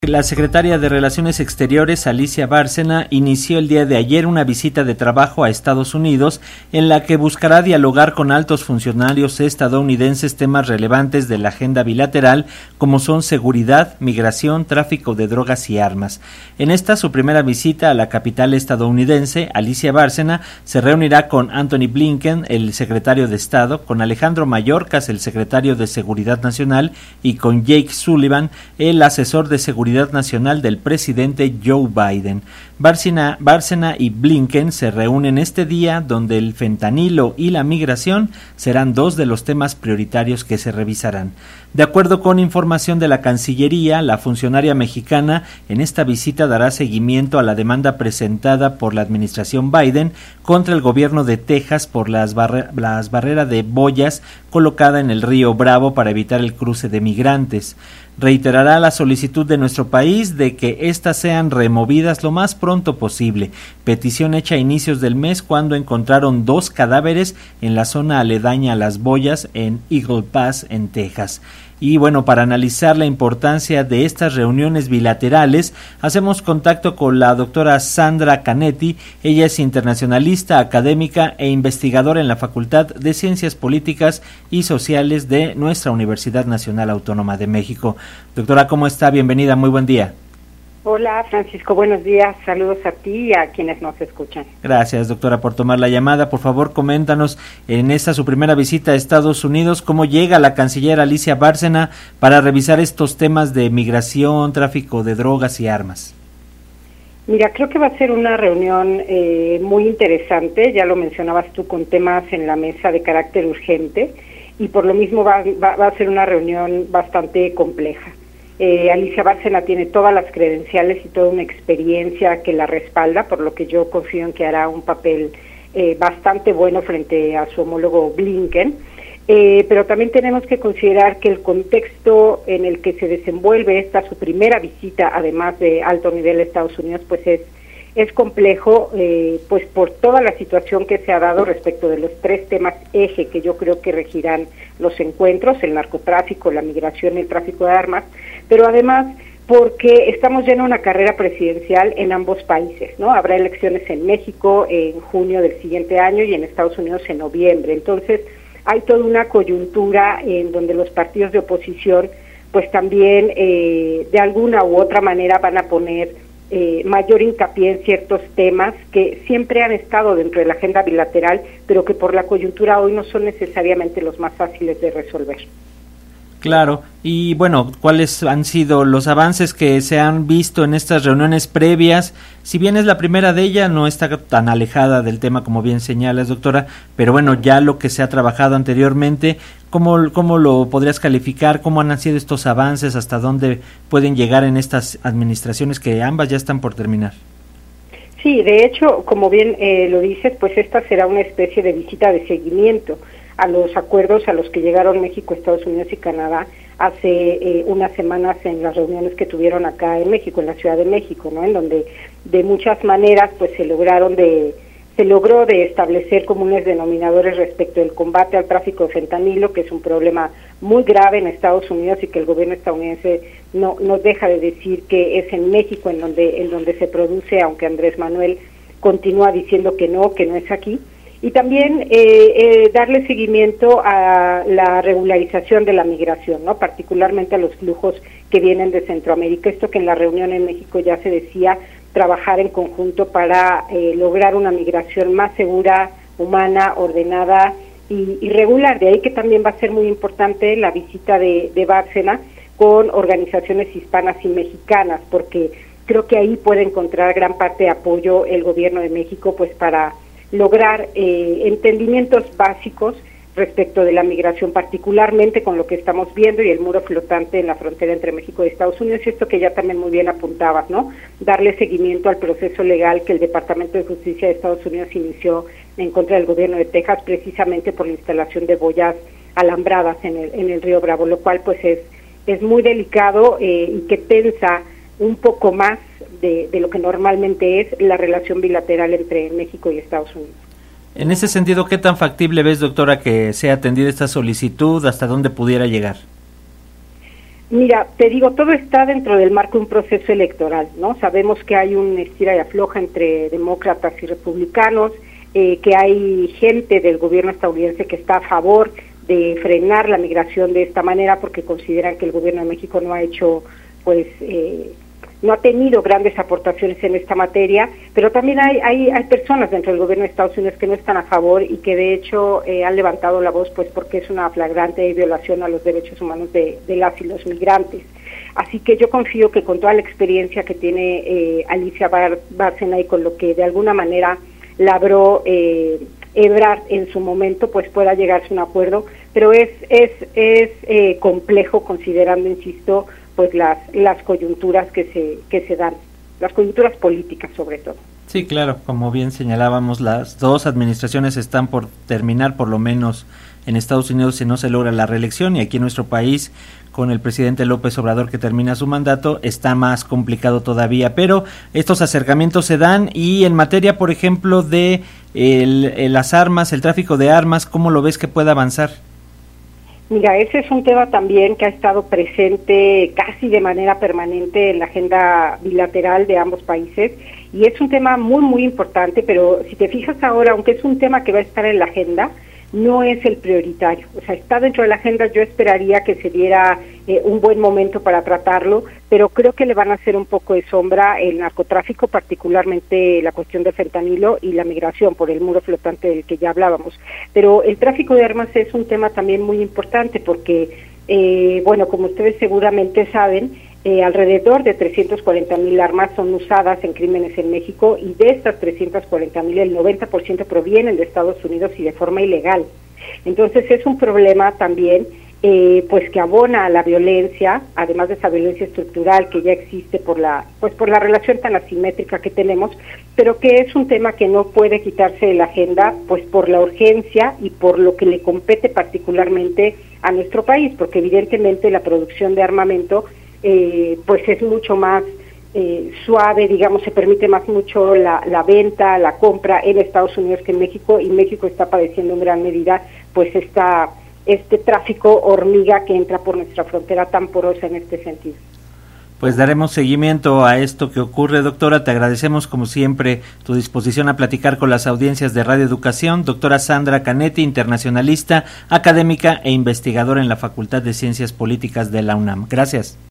La secretaria de Relaciones Exteriores, Alicia Bárcena, inició el día de ayer una visita de trabajo a Estados Unidos en la que buscará dialogar con altos funcionarios estadounidenses temas relevantes de la agenda bilateral como son seguridad, migración, tráfico de drogas y armas. En esta su primera visita a la capital estadounidense, Alicia Bárcena se reunirá con Antony Blinken, el secretario de Estado, con Alejandro Mayorkas, el secretario de Seguridad Nacional, y con Jake Sullivan, el asesor de Seguridad Nacional del presidente Joe Biden. Bárcena y Blinken se reúnen este día donde el fentanilo y la migración serán dos de los temas prioritarios que se revisarán. De acuerdo con información de la Cancillería, la funcionaria mexicana en esta visita dará seguimiento a la demanda presentada por la administración Biden contra el gobierno de Texas por las barreras de boyas colocada en el río Bravo para evitar el cruce de migrantes. Reiterará la solicitud de nuestro país de que éstas sean removidas lo más pronto posible, petición hecha a inicios del mes cuando encontraron 2 cadáveres en la zona aledaña a las boyas en Eagle Pass, en Texas. Y bueno, para analizar la importancia de estas reuniones bilaterales, hacemos contacto con la doctora Sandra Canetti. Ella es internacionalista, académica e investigadora en la Facultad de Ciencias Políticas y Sociales de nuestra Universidad Nacional Autónoma de México. Doctora, ¿cómo está? Bienvenida, muy buen día. Hola, Francisco, buenos días, saludos a ti y a quienes nos escuchan. Gracias, doctora, por tomar la llamada. Por favor, coméntanos, en esta su primera visita a Estados Unidos, ¿cómo llega la canciller Alicia Bárcena para revisar estos temas de migración, tráfico de drogas y armas? Mira, creo que va a ser una reunión muy interesante, ya lo mencionabas tú, con temas en la mesa de carácter urgente, y por lo mismo va a ser una reunión bastante compleja. Alicia Bárcena tiene todas las credenciales y toda una experiencia que la respalda, por lo que yo confío en que hará un papel bastante bueno frente a su homólogo Blinken, pero también tenemos que considerar que el contexto en el que se desenvuelve esta su primera visita, además de alto nivel a Estados Unidos, pues es complejo, pues por toda la situación que se ha dado respecto de los 3 temas eje que yo creo que regirán los encuentros: el narcotráfico, la migración y el tráfico de armas, pero además porque estamos ya en una carrera presidencial en ambos países, ¿no? Habrá elecciones en México en junio del siguiente año y en Estados Unidos en noviembre. Entonces hay toda una coyuntura en donde los partidos de oposición pues también de alguna u otra manera van a poner mayor hincapié en ciertos temas que siempre han estado dentro de la agenda bilateral, pero que por la coyuntura hoy no son necesariamente los más fáciles de resolver. Claro, y bueno, ¿cuáles han sido los avances que se han visto en estas reuniones previas? Si bien es la primera de ellas, no está tan alejada del tema como bien señalas, doctora, pero bueno, ya lo que se ha trabajado anteriormente, ¿cómo lo podrías calificar? ¿Cómo han sido estos avances? ¿Hasta dónde pueden llegar en estas administraciones que ambas ya están por terminar? Sí, de hecho, como bien lo dices, pues esta será una especie de visita de seguimiento a los acuerdos a los que llegaron México, Estados Unidos y Canadá hace unas semanas en las reuniones que tuvieron acá en México, en la Ciudad de México, ¿no? En donde de muchas maneras pues se logró de establecer comunes denominadores respecto del combate al tráfico de fentanilo, que es un problema muy grave en Estados Unidos y que el gobierno estadounidense no deja de decir que es en México en donde se produce, aunque Andrés Manuel continúa diciendo que no es aquí. Y también darle seguimiento a la regularización de la migración, ¿no? Particularmente a los flujos que vienen de Centroamérica. Esto que en la reunión en México ya se decía, trabajar en conjunto para lograr una migración más segura, humana, ordenada y regular. De ahí que también va a ser muy importante la visita de Bárcena con organizaciones hispanas y mexicanas, porque creo que ahí puede encontrar gran parte de apoyo el gobierno de México, pues para lograr entendimientos básicos respecto de la migración, particularmente con lo que estamos viendo y el muro flotante en la frontera entre México y Estados Unidos, y esto que ya también muy bien apuntabas, ¿no? Darle seguimiento al proceso legal que el Departamento de Justicia de Estados Unidos inició en contra del gobierno de Texas, precisamente por la instalación de boyas alambradas en el río Bravo, lo cual pues es muy delicado y que tensa un poco más de lo que normalmente es la relación bilateral entre México y Estados Unidos. En ese sentido, ¿qué tan factible ves, doctora, que sea atendida esta solicitud? ¿Hasta dónde pudiera llegar? Mira, te digo, todo está dentro del marco de un proceso electoral, ¿no? Sabemos que hay un estira y afloja entre demócratas y republicanos, que hay gente del gobierno estadounidense que está a favor de frenar la migración de esta manera porque consideran que el gobierno de México no ha hecho, pues, no ha tenido grandes aportaciones en esta materia, pero también hay personas dentro del gobierno de Estados Unidos que no están a favor y que de hecho han levantado la voz pues porque es una flagrante violación a los derechos humanos de las y los migrantes. Así que yo confío que con toda la experiencia que tiene Alicia Bárcena y con lo que de alguna manera labró Ebrard en su momento, pues pueda llegarse a un acuerdo, pero es complejo considerando, insisto, pues las coyunturas que se dan, las coyunturas políticas sobre todo. Sí, claro, como bien señalábamos, las dos administraciones están por terminar, por lo menos en Estados Unidos, si no se logra la reelección, y aquí en nuestro país, con el presidente López Obrador que termina su mandato, está más complicado todavía, pero estos acercamientos se dan. Y en materia, por ejemplo, de las armas, el tráfico de armas, ¿cómo lo ves que puede avanzar? Mira, ese es un tema también que ha estado presente casi de manera permanente en la agenda bilateral de ambos países y es un tema muy, muy importante, pero si te fijas ahora, aunque es un tema que va a estar en la agenda, no es el prioritario. O sea, está dentro de la agenda, yo esperaría que se diera un buen momento para tratarlo, pero creo que le van a hacer un poco de sombra el narcotráfico, particularmente la cuestión del fentanilo y la migración por el muro flotante del que ya hablábamos. Pero el tráfico de armas es un tema también muy importante porque, bueno, como ustedes seguramente saben, alrededor de 340,000 armas son usadas en crímenes en México y de estas 340,000 el 90% provienen de Estados Unidos y de forma ilegal. Entonces es un problema también pues que abona a la violencia, además de esa violencia estructural que ya existe por la relación tan asimétrica que tenemos, pero que es un tema que no puede quitarse de la agenda pues por la urgencia y por lo que le compete particularmente a nuestro país, porque evidentemente la producción de armamento pues es mucho más suave, digamos, se permite más mucho la venta, la compra en Estados Unidos que en México, y México está padeciendo en gran medida pues este tráfico hormiga que entra por nuestra frontera tan porosa en este sentido. Pues daremos seguimiento a esto que ocurre, doctora. Te agradecemos como siempre tu disposición a platicar con las audiencias de Radio Educación. Doctora Sandra Canetti, internacionalista, académica e investigadora en la Facultad de Ciencias Políticas de la UNAM. Gracias.